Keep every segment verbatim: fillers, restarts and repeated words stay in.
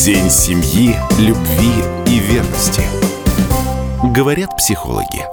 День семьи, любви и верности. Говорят психологи.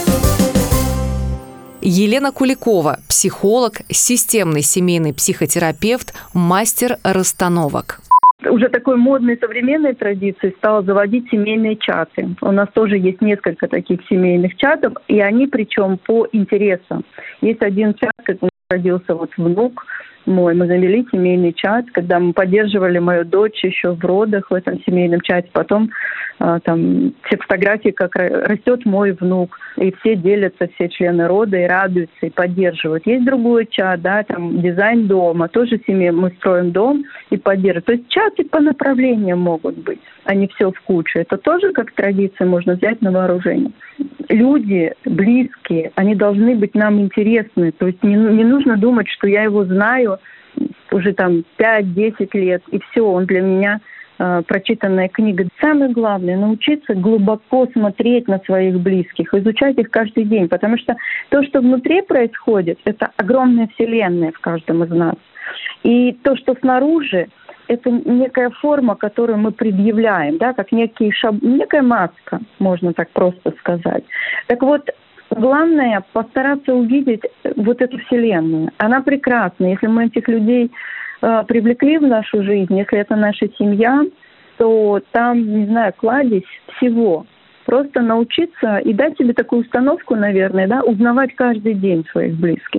Елена Куликова, психолог, системный семейный психотерапевт, мастер расстановок. Уже такой модной современной традицией стало заводить семейные чаты. У нас тоже есть несколько таких семейных чатов, и они причем по интересам. Есть один чат, как у нас родился вот внук мой, мы завели семейный чат, когда мы поддерживали мою дочь еще в родах в этом семейном чате. Потом а, там все фотографии, как растет мой внук, и все делятся, все члены рода, и радуются, и поддерживают. Есть другой чат, да, там дизайн дома, тоже семья, мы строим дом и поддерживаем. То есть чаты по направлениям могут быть, а не все в кучу. Это тоже как традиция можно взять на вооружение. Люди близкие, они должны быть нам интересны. То есть не, не нужно думать, что я его знаю уже там пять-десять лет, и все, он для меня э, прочитанная книга. Самое главное — научиться глубоко смотреть на своих близких, изучать их каждый день, потому что то, что внутри происходит, это огромная вселенная в каждом из нас. И то, что снаружи, это некая форма, которую мы предъявляем, да, как некий шаб... некая маска, можно так просто сказать. Так вот, главное постараться увидеть вот эту вселенную. Она прекрасна. Если мы этих людей э, привлекли в нашу жизнь, если это наша семья, то там, не знаю, кладезь всего. Просто научиться и дать себе такую установку, наверное, да, узнавать каждый день своих близких.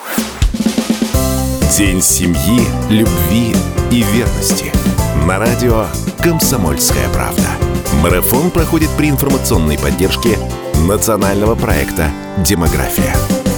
День семьи, любви и верности. На радио «Комсомольская правда». Марафон проходит при информационной поддержке национального проекта «Демография».